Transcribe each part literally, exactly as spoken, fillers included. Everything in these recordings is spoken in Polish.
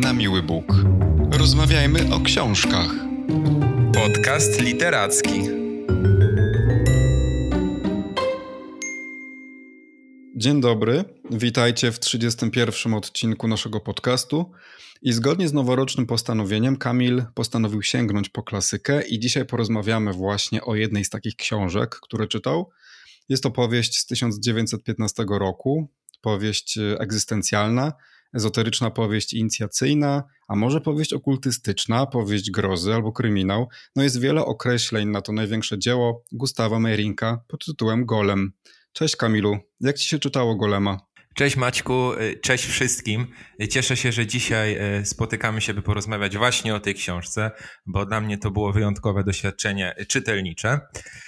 na miły Bóg. Rozmawiajmy o książkach. Podcast literacki. Dzień dobry, witajcie w trzydziestym pierwszym odcinku naszego podcastu. I zgodnie z noworocznym postanowieniem Kamil postanowił sięgnąć po klasykę i dzisiaj porozmawiamy właśnie o jednej z takich książek, które czytał. Jest to powieść z tysiąc dziewięćset piętnastego roku, powieść egzystencjalna, ezoteryczna powieść inicjacyjna, a może powieść okultystyczna, powieść grozy albo kryminał. No jest wiele określeń na to największe dzieło Gustawa Meyrinka pod tytułem Golem. Cześć Kamilu, jak ci się czytało Golema? Cześć Maćku, cześć wszystkim. Cieszę się, że dzisiaj spotykamy się, by porozmawiać właśnie o tej książce, bo dla mnie to było wyjątkowe doświadczenie czytelnicze.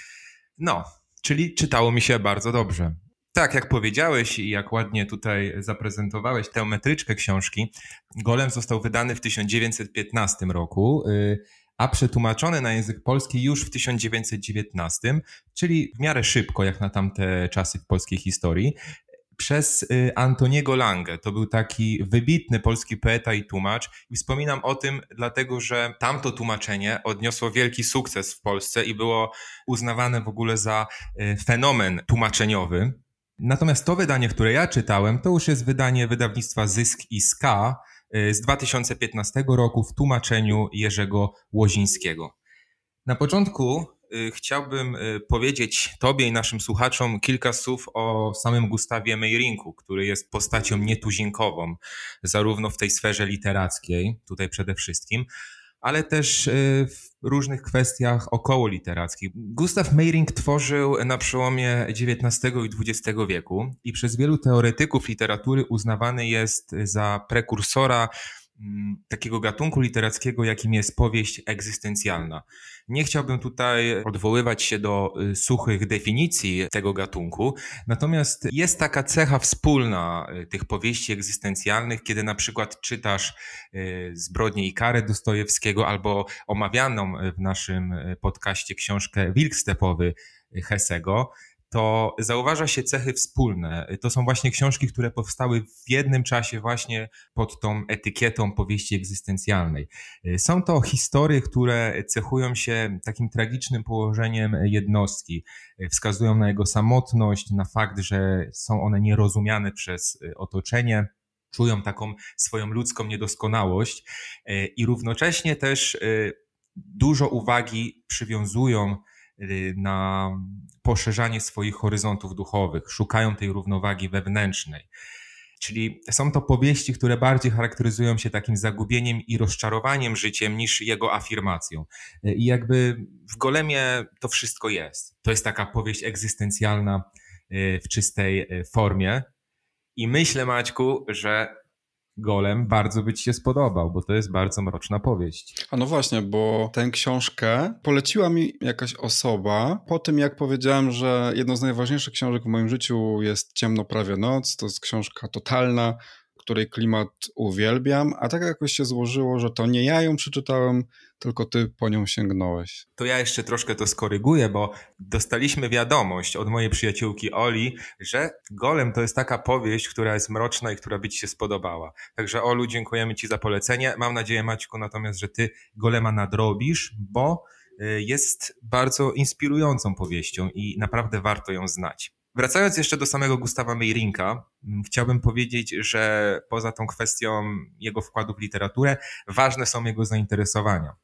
No, czyli czytało mi się bardzo dobrze. Tak, jak powiedziałeś i jak ładnie tutaj zaprezentowałeś tę metryczkę książki, Golem został wydany w tysiąc dziewięćset piętnastym roku, a przetłumaczony na język polski już w tysiąc dziewięćset dziewiętnastym, czyli w miarę szybko, jak na tamte czasy w polskiej historii, przez Antoniego Langę. To był taki wybitny polski poeta i tłumacz i wspominam o tym dlatego, że tamto tłumaczenie odniosło wielki sukces w Polsce i było uznawane w ogóle za fenomen tłumaczeniowy. Natomiast to wydanie, które ja czytałem, to już jest wydanie wydawnictwa Zysk i Ska z dwa tysiące piętnastego roku w tłumaczeniu Jerzego Łozińskiego. Na początku y, chciałbym y, powiedzieć Tobie i naszym słuchaczom kilka słów o samym Gustawie Meyrinku, który jest postacią nietuzinkową, zarówno w tej sferze literackiej, tutaj przede wszystkim, ale też y, w różnych kwestiach około literackich. Gustav Meyrink tworzył na przełomie dziewiętnastego i dwudziestego wieku i przez wielu teoretyków literatury uznawany jest za prekursora takiego gatunku literackiego, jakim jest powieść egzystencjalna. Nie chciałbym tutaj odwoływać się do suchych definicji tego gatunku, natomiast jest taka cecha wspólna tych powieści egzystencjalnych, kiedy na przykład czytasz Zbrodnię i karę Dostojewskiego albo omawianą w naszym podcaście książkę Wilk stepowy Hessego, to zauważa się cechy wspólne. To są właśnie książki, które powstały w jednym czasie właśnie pod tą etykietą powieści egzystencjalnej. Są to historie, które cechują się takim tragicznym położeniem jednostki. Wskazują na jego samotność, na fakt, że są one nierozumiane przez otoczenie, czują taką swoją ludzką niedoskonałość i równocześnie też dużo uwagi przywiązują na poszerzanie swoich horyzontów duchowych, szukają tej równowagi wewnętrznej. Czyli są to powieści, które bardziej charakteryzują się takim zagubieniem i rozczarowaniem życiem niż jego afirmacją. I jakby w Golemie to wszystko jest. To jest taka powieść egzystencjalna w czystej formie. I myślę, Maćku, że Golem bardzo by ci się spodobał, bo to jest bardzo mroczna powieść. A no właśnie, bo tę książkę poleciła mi jakaś osoba po tym, jak powiedziałem, że jedną z najważniejszych książek w moim życiu jest Ciemno prawie noc. To jest książka totalna, której klimat uwielbiam, a tak jakoś się złożyło, że to nie ja ją przeczytałem, tylko ty po nią sięgnąłeś. To ja jeszcze troszkę to skoryguję, bo dostaliśmy wiadomość od mojej przyjaciółki Oli, że Golem to jest taka powieść, która jest mroczna i która by ci się spodobała. Także Olu, dziękujemy ci za polecenie. Mam nadzieję, Maćku, natomiast, że ty Golema nadrobisz, bo jest bardzo inspirującą powieścią i naprawdę warto ją znać. Wracając jeszcze do samego Gustawa Meyrinka, chciałbym powiedzieć, że poza tą kwestią jego wkładu w literaturę, ważne są jego zainteresowania.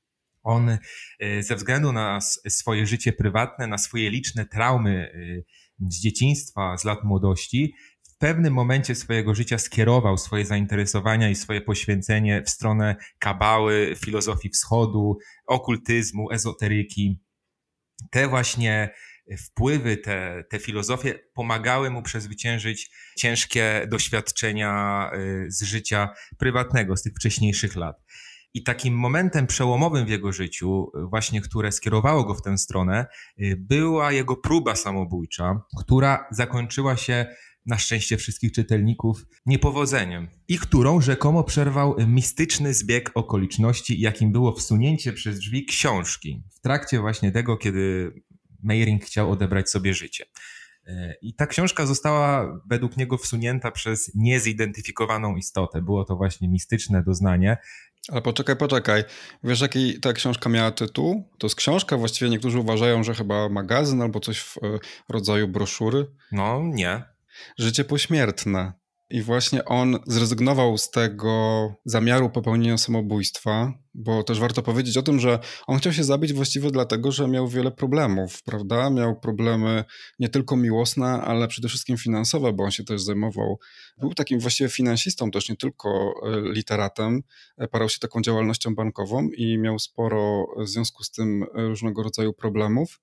On ze względu na swoje życie prywatne, na swoje liczne traumy z dzieciństwa, z lat młodości, w pewnym momencie swojego życia skierował swoje zainteresowania i swoje poświęcenie w stronę kabały, filozofii wschodu, okultyzmu, ezoteryki. Te właśnie wpływy, te, te filozofie pomagały mu przezwyciężyć ciężkie doświadczenia z życia prywatnego, z tych wcześniejszych lat. I takim momentem przełomowym w jego życiu, właśnie które skierowało go w tę stronę, była jego próba samobójcza, która zakończyła się na szczęście wszystkich czytelników niepowodzeniem i którą rzekomo przerwał mistyczny zbieg okoliczności, jakim było wsunięcie przez drzwi książki w trakcie właśnie tego, kiedy Meyrink chciał odebrać sobie życie. I ta książka została według niego wsunięta przez niezidentyfikowaną istotę. Było to właśnie mistyczne doznanie. Ale poczekaj, poczekaj. Wiesz, jaki ta książka miała tytuł? To jest książka, właściwie niektórzy uważają, że chyba magazyn albo coś w rodzaju broszury. No, nie. Życie pośmiertne. I właśnie on zrezygnował z tego zamiaru popełnienia samobójstwa, bo też warto powiedzieć o tym, że on chciał się zabić właściwie dlatego, że miał wiele problemów, prawda? Miał problemy nie tylko miłosne, ale przede wszystkim finansowe, bo on się też zajmował, był takim właściwie finansistą, też nie tylko literatem, parał się taką działalnością bankową i miał sporo w związku z tym różnego rodzaju problemów.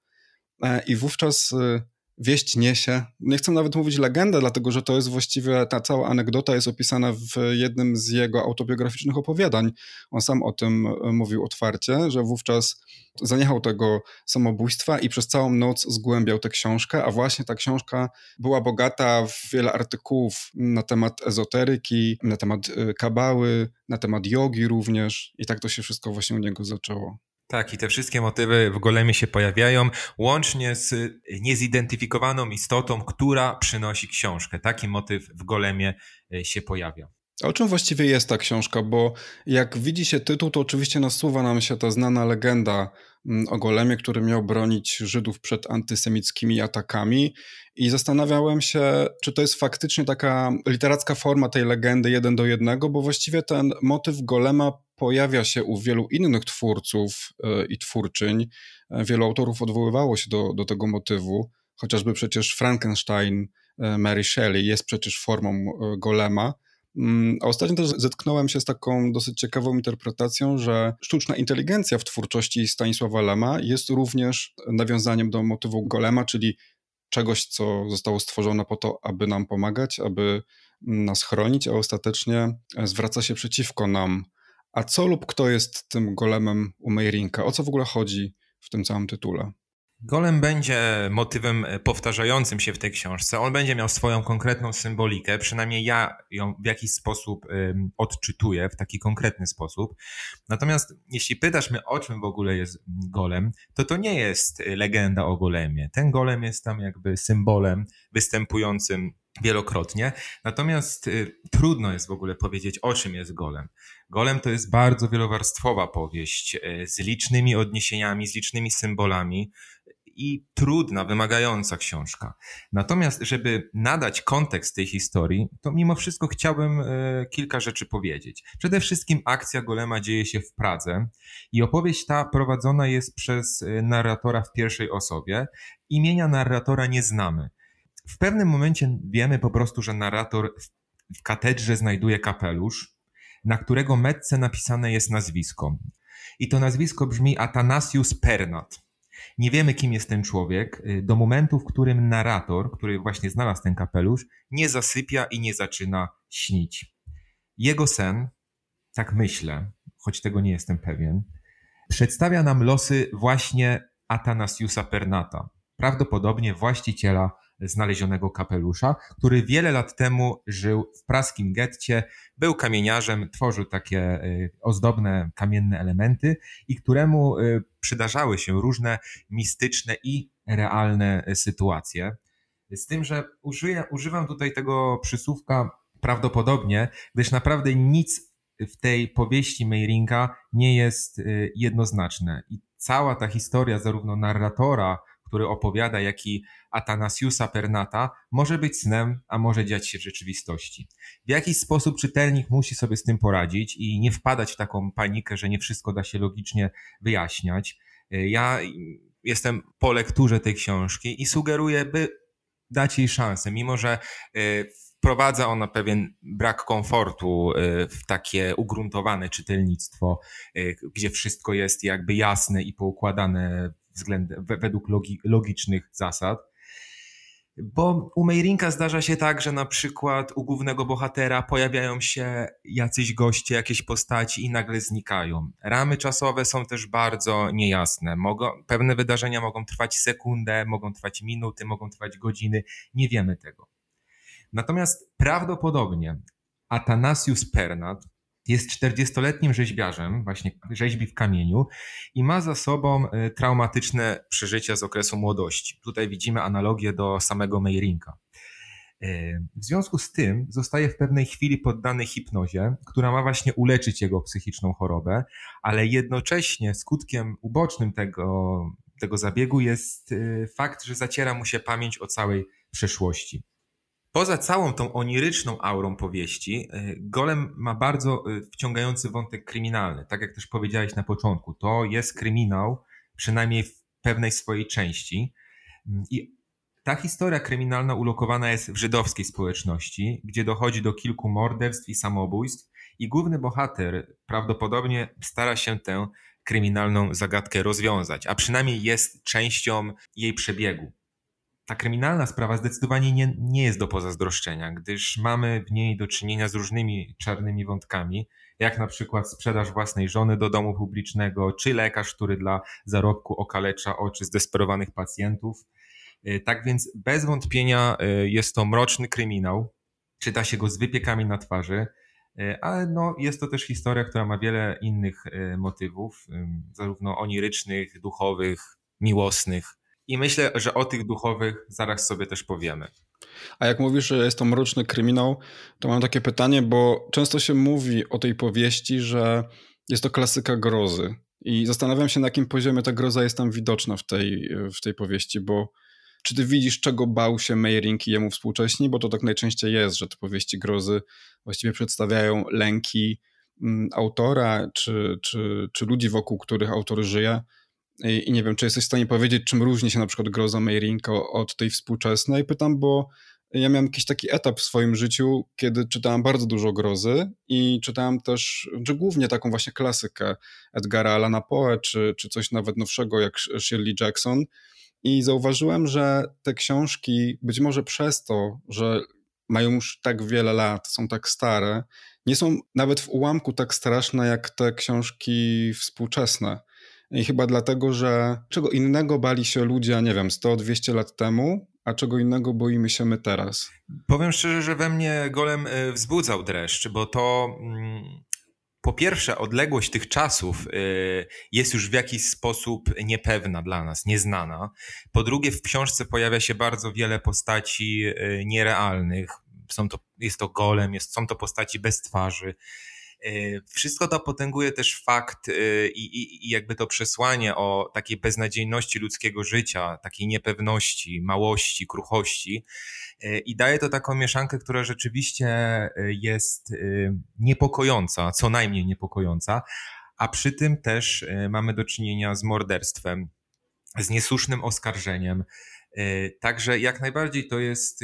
I wówczas wieść niesie, nie chcę nawet mówić legendę, dlatego że to jest właściwie, ta cała anegdota jest opisana w jednym z jego autobiograficznych opowiadań. On sam o tym mówił otwarcie, że wówczas zaniechał tego samobójstwa i przez całą noc zgłębiał tę książkę, a właśnie ta książka była bogata w wiele artykułów na temat ezoteryki, na temat kabały, na temat jogi również i tak to się wszystko właśnie u niego zaczęło. Tak, i te wszystkie motywy w Golemie się pojawiają, łącznie z niezidentyfikowaną istotą, która przynosi książkę. Taki motyw w Golemie się pojawia. A o czym właściwie jest ta książka? Bo jak widzi się tytuł, to oczywiście nasuwa nam się ta znana legenda o Golemie, który miał bronić Żydów przed antysemickimi atakami i zastanawiałem się, czy to jest faktycznie taka literacka forma tej legendy jeden do jednego, bo właściwie ten motyw Golema pojawia się u wielu innych twórców i twórczyń. Wielu autorów odwoływało się do, do tego motywu, chociażby przecież Frankenstein Mary Shelley jest przecież formą Golema. A ostatnio też zetknąłem się z taką dosyć ciekawą interpretacją, że sztuczna inteligencja w twórczości Stanisława Lema jest również nawiązaniem do motywu Golema, czyli czegoś, co zostało stworzone po to, aby nam pomagać, aby nas chronić, a ostatecznie zwraca się przeciwko nam. A co lub kto jest tym Golemem u Meirinka? O co w ogóle chodzi w tym całym tytule? Golem będzie motywem powtarzającym się w tej książce. On będzie miał swoją konkretną symbolikę, przynajmniej ja ją w jakiś sposób um, odczytuję, w taki konkretny sposób. Natomiast jeśli pytasz mnie, o czym w ogóle jest Golem, to to nie jest legenda o Golemie. Ten Golem jest tam jakby symbolem występującym wielokrotnie. Natomiast y, trudno jest w ogóle powiedzieć, o czym jest Golem. Golem to jest bardzo wielowarstwowa powieść y, z licznymi odniesieniami, z licznymi symbolami i trudna, wymagająca książka. Natomiast, żeby nadać kontekst tej historii, to mimo wszystko chciałbym y, kilka rzeczy powiedzieć. Przede wszystkim akcja Golema dzieje się w Pradze i opowieść ta prowadzona jest przez y, narratora w pierwszej osobie. Imienia narratora nie znamy. W pewnym momencie wiemy po prostu, że narrator w katedrze znajduje kapelusz, na którego metce napisane jest nazwisko. I to nazwisko brzmi Athanasius Pernat. Nie wiemy, kim jest ten człowiek, do momentu, w którym narrator, który właśnie znalazł ten kapelusz, nie zasypia i nie zaczyna śnić. Jego sen, tak myślę, choć tego nie jestem pewien, przedstawia nam losy właśnie Athanasiusa Pernata, prawdopodobnie właściciela znalezionego kapelusza, który wiele lat temu żył w praskim getcie, był kamieniarzem, tworzył takie ozdobne kamienne elementy i któremu przydarzały się różne mistyczne i realne sytuacje. Z tym, że użyję, używam tutaj tego przysłówka prawdopodobnie, gdyż naprawdę nic w tej powieści Meirinka nie jest jednoznaczne. I cała ta historia zarówno narratora, który opowiada, jak i Athanasiusa Pernata, może być snem, a może dziać się w rzeczywistości. W jakiś sposób czytelnik musi sobie z tym poradzić i nie wpadać w taką panikę, że nie wszystko da się logicznie wyjaśniać. Ja jestem po lekturze tej książki i sugeruję, by dać jej szansę, mimo że wprowadza ona pewien brak komfortu w takie ugruntowane czytelnictwo, gdzie wszystko jest jakby jasne i poukładane względem, według logi, logicznych zasad. Bo u Meirinka zdarza się tak, że na przykład u głównego bohatera pojawiają się jacyś goście, jakieś postaci i nagle znikają. Ramy czasowe są też bardzo niejasne. Mogą, pewne wydarzenia mogą trwać sekundę, mogą trwać minuty, mogą trwać godziny. Nie wiemy tego. Natomiast prawdopodobnie Athanasius Pernat Jest czterdziestoletnim rzeźbiarzem, właśnie rzeźbi w kamieniu i ma za sobą traumatyczne przeżycia z okresu młodości. Tutaj widzimy analogię do samego Meirinka. W związku z tym zostaje w pewnej chwili poddany hipnozie, która ma właśnie uleczyć jego psychiczną chorobę, ale jednocześnie skutkiem ubocznym tego, tego zabiegu jest fakt, że zaciera mu się pamięć o całej przeszłości. Poza całą tą oniryczną aurą powieści, Golem ma bardzo wciągający wątek kryminalny. Tak jak też powiedziałeś na początku, to jest kryminał, przynajmniej w pewnej swojej części. I ta historia kryminalna ulokowana jest w żydowskiej społeczności, gdzie dochodzi do kilku morderstw i samobójstw i główny bohater prawdopodobnie stara się tę kryminalną zagadkę rozwiązać, a przynajmniej jest częścią jej przebiegu. Ta kryminalna sprawa zdecydowanie nie, nie jest do pozazdroszczenia, gdyż mamy w niej do czynienia z różnymi czarnymi wątkami, jak na przykład sprzedaż własnej żony do domu publicznego, czy lekarz, który dla zarobku okalecza oczy zdesperowanych pacjentów. Tak więc bez wątpienia jest to mroczny kryminał, czyta się go z wypiekami na twarzy, ale no jest to też historia, która ma wiele innych motywów, zarówno onirycznych, duchowych, miłosnych. I myślę, że o tych duchowych zaraz sobie też powiemy. A jak mówisz, że jest to mroczny kryminał, to mam takie pytanie, bo często się mówi o tej powieści, że jest to klasyka grozy. I zastanawiam się, na jakim poziomie ta groza jest tam widoczna w tej, w tej powieści, bo czy ty widzisz, czego bał się Meirink i jemu współcześni? Bo to tak najczęściej jest, że te powieści grozy właściwie przedstawiają lęki autora czy, czy, czy ludzi, wokół których autor żyje. I, I nie wiem, czy jesteś w stanie powiedzieć, czym różni się na przykład groza Meirinka od tej współczesnej? Pytam, bo ja miałem jakiś taki etap w swoim życiu, kiedy czytałem bardzo dużo grozy i czytałem też, czy głównie taką właśnie klasykę Edgara Allana Poe, czy, czy coś nawet nowszego jak Shirley Jackson. I zauważyłem, że te książki, być może przez to, że mają już tak wiele lat, są tak stare, nie są nawet w ułamku tak straszne jak te książki współczesne. I chyba dlatego, że czego innego bali się ludzie, nie wiem, sto dwieście lat temu, a czego innego boimy się my teraz. Powiem szczerze, że we mnie Golem wzbudzał dreszcz, bo to... Mm... Po pierwsze, odległość tych czasów jest już w jakiś sposób niepewna dla nas, nieznana. Po drugie, w książce pojawia się bardzo wiele postaci nierealnych. Są to, jest to golem, jest, są to postaci bez twarzy. Wszystko to potęguje też fakt i, i, i jakby to przesłanie o takiej beznadziejności ludzkiego życia, takiej niepewności, małości, kruchości i daje to taką mieszankę, która rzeczywiście jest niepokojąca, co najmniej niepokojąca, a przy tym też mamy do czynienia z morderstwem, z niesłusznym oskarżeniem. Także jak najbardziej to jest...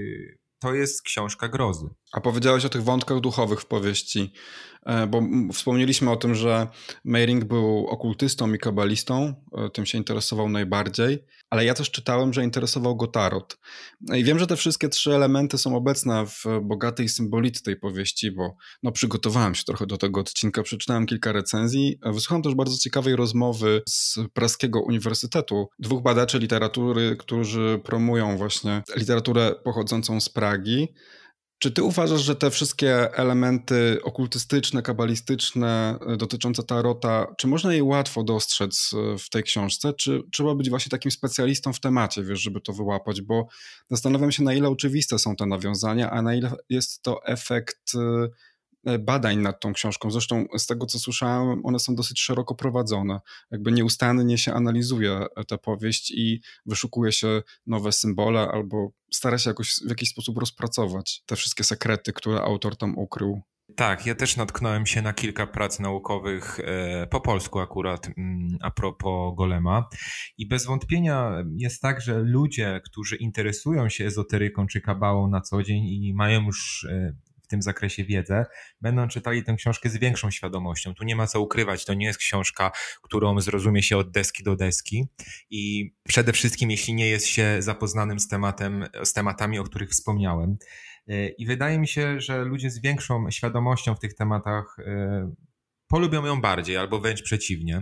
To jest książka grozy. A powiedziałeś o tych wątkach duchowych w powieści, bo wspomnieliśmy o tym, że Meirink był okultystą i kabalistą, tym się interesował najbardziej, ale ja też czytałem, że interesował go tarot. I wiem, że te wszystkie trzy elementy są obecne w bogatej symbolice tej powieści, bo no, przygotowałem się trochę do tego odcinka, przeczytałem kilka recenzji, wysłuchałem też bardzo ciekawej rozmowy z Praskiego Uniwersytetu, dwóch badaczy literatury, którzy promują właśnie literaturę pochodzącą z Pragi. Czy ty uważasz, że te wszystkie elementy okultystyczne, kabalistyczne dotyczące tarota, czy można je łatwo dostrzec w tej książce, czy trzeba być właśnie takim specjalistą w temacie, wiesz, żeby to wyłapać? Bo zastanawiam się, na ile oczywiste są te nawiązania, a na ile jest to efekt badań nad tą książką. Zresztą z tego, co słyszałem, one są dosyć szeroko prowadzone. Jakby nieustannie się analizuje tę powieść i wyszukuje się nowe symbole albo stara się jakoś w jakiś sposób rozpracować te wszystkie sekrety, które autor tam ukrył. Tak, ja też natknąłem się na kilka prac naukowych e, po polsku akurat m, a propos Golema i bez wątpienia jest tak, że ludzie, którzy interesują się ezoteryką czy kabałą na co dzień i mają już e, w tym zakresie wiedzę, będą czytali tę książkę z większą świadomością. Tu nie ma co ukrywać, to nie jest książka, którą zrozumie się od deski do deski i przede wszystkim jeśli nie jest się zapoznanym z tematem, z tematami, o których wspomniałem. I wydaje mi się, że ludzie z większą świadomością w tych tematach polubią ją bardziej, albo wręcz przeciwnie,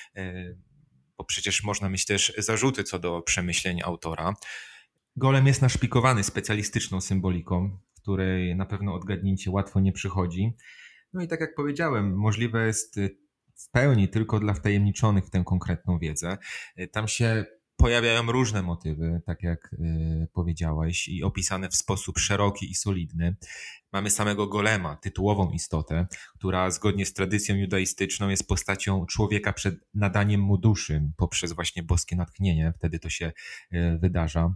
bo przecież można mieć też zarzuty co do przemyśleń autora. Golem jest naszpikowany specjalistyczną symboliką, której na pewno odgadnięcie łatwo nie przychodzi. No i tak jak powiedziałem, możliwe jest w pełni tylko dla wtajemniczonych w tę konkretną wiedzę. Tam się pojawiają różne motywy, tak jak y, powiedziałeś, i opisane w sposób szeroki i solidny. Mamy samego golema, tytułową istotę, która zgodnie z tradycją judaistyczną jest postacią człowieka przed nadaniem mu duszy poprzez właśnie boskie natchnienie. Wtedy to się y, wydarza.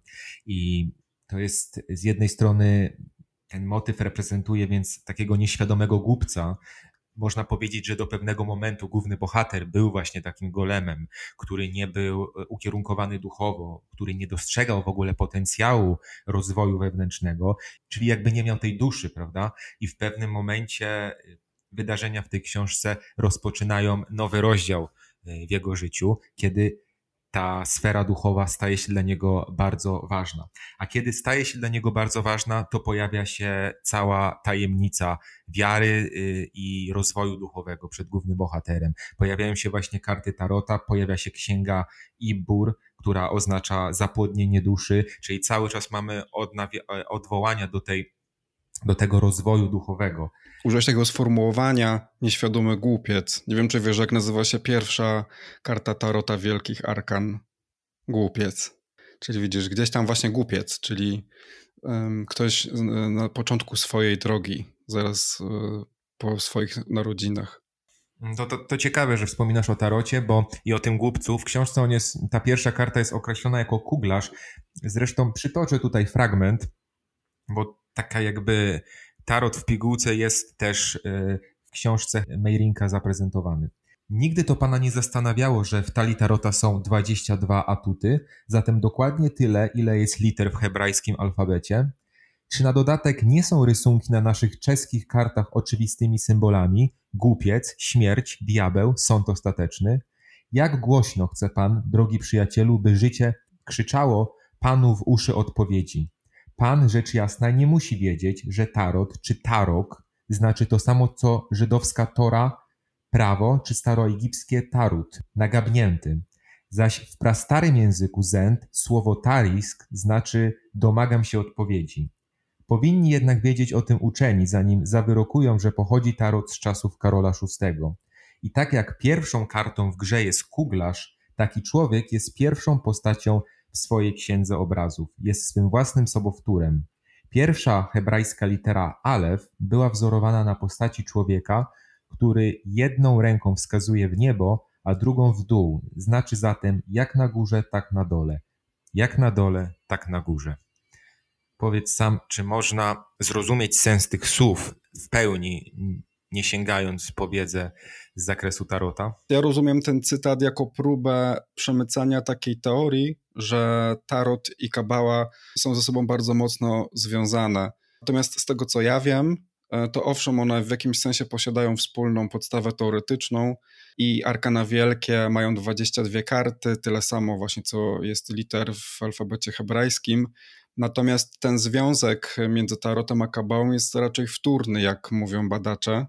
I to jest z jednej strony ten motyw reprezentuje więc takiego nieświadomego głupca. Można powiedzieć, że do pewnego momentu główny bohater był właśnie takim golemem, który nie był ukierunkowany duchowo, który nie dostrzegał w ogóle potencjału rozwoju wewnętrznego, czyli jakby nie miał tej duszy, prawda? I w pewnym momencie wydarzenia w tej książce rozpoczynają nowy rozdział w jego życiu, kiedy ta sfera duchowa staje się dla niego bardzo ważna. A kiedy staje się dla niego bardzo ważna, to pojawia się cała tajemnica wiary i rozwoju duchowego przed głównym bohaterem. Pojawiają się właśnie karty tarota, pojawia się księga Ibbur, która oznacza zapłodnienie duszy, czyli cały czas mamy odnawi- odwołania do tej, do tego rozwoju duchowego. Użyłeś tego sformułowania nieświadomy głupiec. Nie wiem, czy wiesz, jak nazywa się pierwsza karta tarota wielkich arkan. Głupiec. Czyli widzisz, gdzieś tam właśnie głupiec, czyli um, ktoś na początku swojej drogi, zaraz um, po swoich narodzinach. To, to, to ciekawe, że wspominasz o tarocie, bo i o tym głupcu. W książce on jest, ta pierwsza karta jest określona jako kuglarz. Zresztą przytoczę tutaj fragment, bo taka jakby tarot w pigułce jest też w książce Meirinka zaprezentowany. Nigdy to pana nie zastanawiało, że w talii tarota są dwadzieścia dwa atuty, zatem dokładnie tyle, ile jest liter w hebrajskim alfabecie. Czy na dodatek nie są rysunki na naszych czeskich kartach oczywistymi symbolami? Głupiec, śmierć, diabeł, sąd ostateczny. Jak głośno chce pan, drogi przyjacielu, by życie krzyczało panu w uszy odpowiedzi? Pan, rzecz jasna, nie musi wiedzieć, że tarot czy tarok znaczy to samo co żydowska Tora, prawo, czy staroegipskie tarut, nagabnięty. Zaś w prastarym języku zend słowo tarisk znaczy domagam się odpowiedzi. Powinni jednak wiedzieć o tym uczeni, zanim zawyrokują, że pochodzi tarot z czasów Karola szóstego. I tak jak pierwszą kartą w grze jest kuglarz, taki człowiek jest pierwszą postacią w swojej księdze obrazów. Jest swym własnym sobowtórem. Pierwsza hebrajska litera Alef była wzorowana na postaci człowieka, który jedną ręką wskazuje w niebo, a drugą w dół. Znaczy zatem jak na górze, tak na dole. Jak na dole, tak na górze. Powiedz sam, czy można zrozumieć sens tych słów w pełni, nie sięgając po wiedzę z zakresu tarota? Ja rozumiem ten cytat jako próbę przemycania takiej teorii, że tarot i kabała są ze sobą bardzo mocno związane. Natomiast z tego, co ja wiem, to owszem, one w jakimś sensie posiadają wspólną podstawę teoretyczną i arkana wielkie mają dwadzieścia dwie karty, tyle samo właśnie co jest liter w alfabecie hebrajskim. Natomiast ten związek między tarotem a kabałą jest raczej wtórny, jak mówią badacze.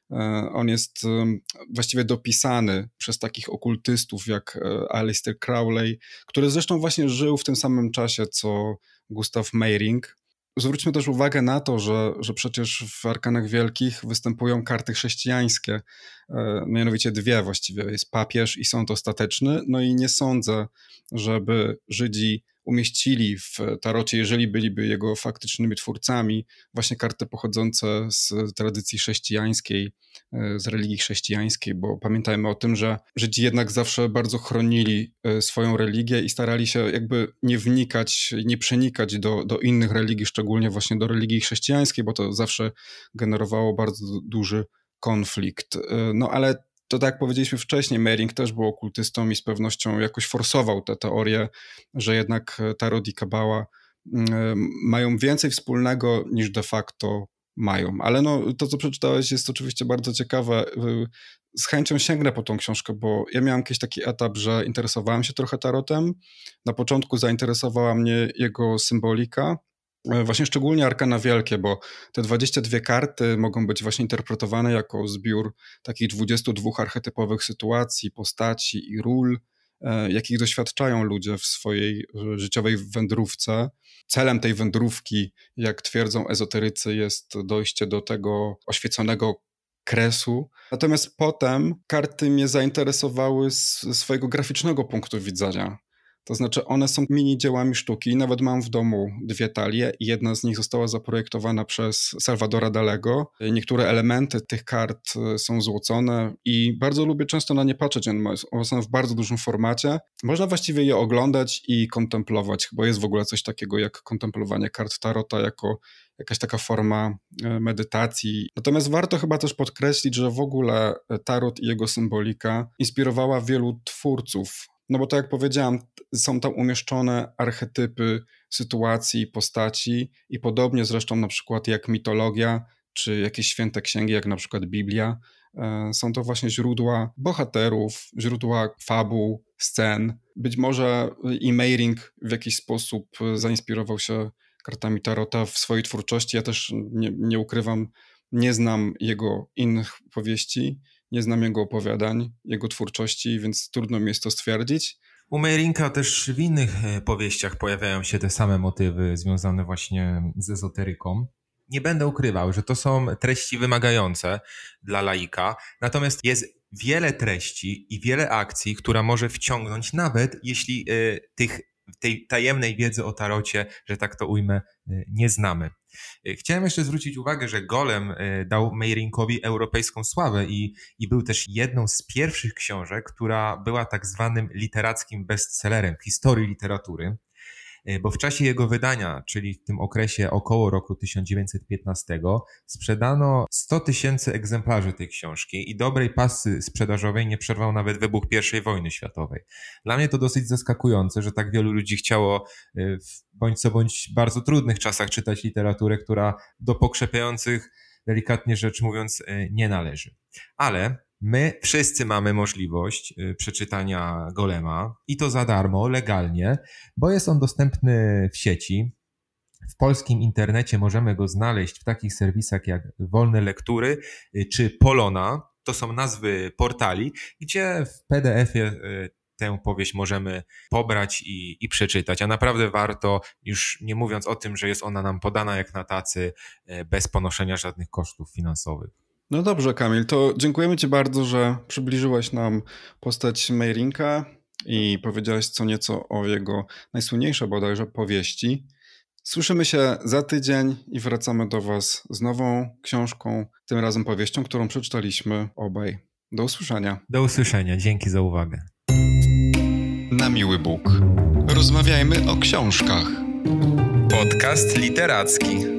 On jest właściwie dopisany przez takich okultystów jak Aleister Crowley, który zresztą właśnie żył w tym samym czasie co Gustav Meiring. Zwróćmy też uwagę na to, że, że przecież w arkanach wielkich występują karty chrześcijańskie, mianowicie dwie właściwie, jest papież i sąd ostateczny, no i nie sądzę, żeby Żydzi umieścili w tarocie, jeżeli byliby jego faktycznymi twórcami, właśnie karty pochodzące z tradycji chrześcijańskiej, z religii chrześcijańskiej, bo pamiętajmy o tym, że Żydzi jednak zawsze bardzo chronili swoją religię i starali się jakby nie wnikać, nie przenikać do, do innych religii, szczególnie właśnie do religii chrześcijańskiej, bo to zawsze generowało bardzo duży konflikt. No ale to tak jak powiedzieliśmy wcześniej, Meiring też był okultystą i z pewnością jakoś forsował tę teorię, że jednak tarot i kabała mają więcej wspólnego niż de facto mają. Ale no, to, co przeczytałeś, jest oczywiście bardzo ciekawe. Z chęcią sięgnę po tą książkę, bo ja miałem jakiś taki etap, że interesowałem się trochę tarotem. Na początku zainteresowała mnie jego symbolika, właśnie szczególnie arkana wielkie, bo te dwadzieścia dwie karty mogą być właśnie interpretowane jako zbiór takich dwudziestu dwóch archetypowych sytuacji, postaci i ról, jakich doświadczają ludzie w swojej życiowej wędrówce. Celem tej wędrówki, jak twierdzą ezoterycy, jest dojście do tego oświeconego kresu. Natomiast potem karty mnie zainteresowały z swojego graficznego punktu widzenia. To znaczy one są mini dziełami sztuki. Nawet mam w domu dwie talie i jedna z nich została zaprojektowana przez Salvadora Dalego. Niektóre elementy tych kart są złocone i bardzo lubię często na nie patrzeć. One są w bardzo dużym formacie. Można właściwie je oglądać i kontemplować. Chyba jest w ogóle coś takiego jak kontemplowanie kart tarota jako jakaś taka forma medytacji. Natomiast warto chyba też podkreślić, że w ogóle tarot i jego symbolika inspirowała wielu twórców. No bo tak jak powiedziałem, są tam umieszczone archetypy sytuacji, postaci i podobnie zresztą na przykład jak mitologia, czy jakieś święte księgi, jak na przykład Biblia. Są to właśnie źródła bohaterów, źródła fabuł, scen. Być może i Meiring w jakiś sposób zainspirował się kartami tarota w swojej twórczości. Ja też nie, nie ukrywam, nie znam jego innych powieści, nie znam jego opowiadań, jego twórczości, więc trudno mi jest to stwierdzić. U Meiringa też w innych powieściach pojawiają się te same motywy związane właśnie z ezoteryką. Nie będę ukrywał, że to są treści wymagające dla laika, natomiast jest wiele treści i wiele akcji, która może wciągnąć, nawet jeśli y, tych, tej tajemnej wiedzy o tarocie, że tak to ujmę, y, nie znamy. Chciałem jeszcze zwrócić uwagę, że Golem dał Meiringowi europejską sławę i, i był też jedną z pierwszych książek, która była tak zwanym literackim bestsellerem w historii literatury, bo w czasie jego wydania, czyli w tym okresie około roku tysiąc dziewięćset piętnastego, sprzedano sto tysięcy egzemplarzy tej książki i dobrej pasy sprzedażowej nie przerwał nawet wybuch pierwszej wojny światowej. Dla mnie to dosyć zaskakujące, że tak wielu ludzi chciało w bądź co bądź bardzo trudnych czasach czytać literaturę, która do pokrzepiających, delikatnie rzecz mówiąc, nie należy. Ale my wszyscy mamy możliwość przeczytania Golema i to za darmo, legalnie, bo jest on dostępny w sieci. W polskim internecie możemy go znaleźć w takich serwisach jak Wolne Lektury czy Polona. To są nazwy portali, gdzie w P D F-ie tę powieść możemy pobrać i, i przeczytać, a naprawdę warto, już nie mówiąc o tym, że jest ona nam podana jak na tacy, bez ponoszenia żadnych kosztów finansowych. No dobrze, Kamil, to dziękujemy Ci bardzo, że przybliżyłeś nam postać Meiringa i powiedziałeś co nieco o jego najsłynniejszej bodajże powieści. Słyszymy się za tydzień i wracamy do Was z nową książką, tym razem powieścią, którą przeczytaliśmy obaj. Do usłyszenia. Do usłyszenia, dzięki za uwagę. Na miły Bóg. Rozmawiajmy o książkach. Podcast literacki.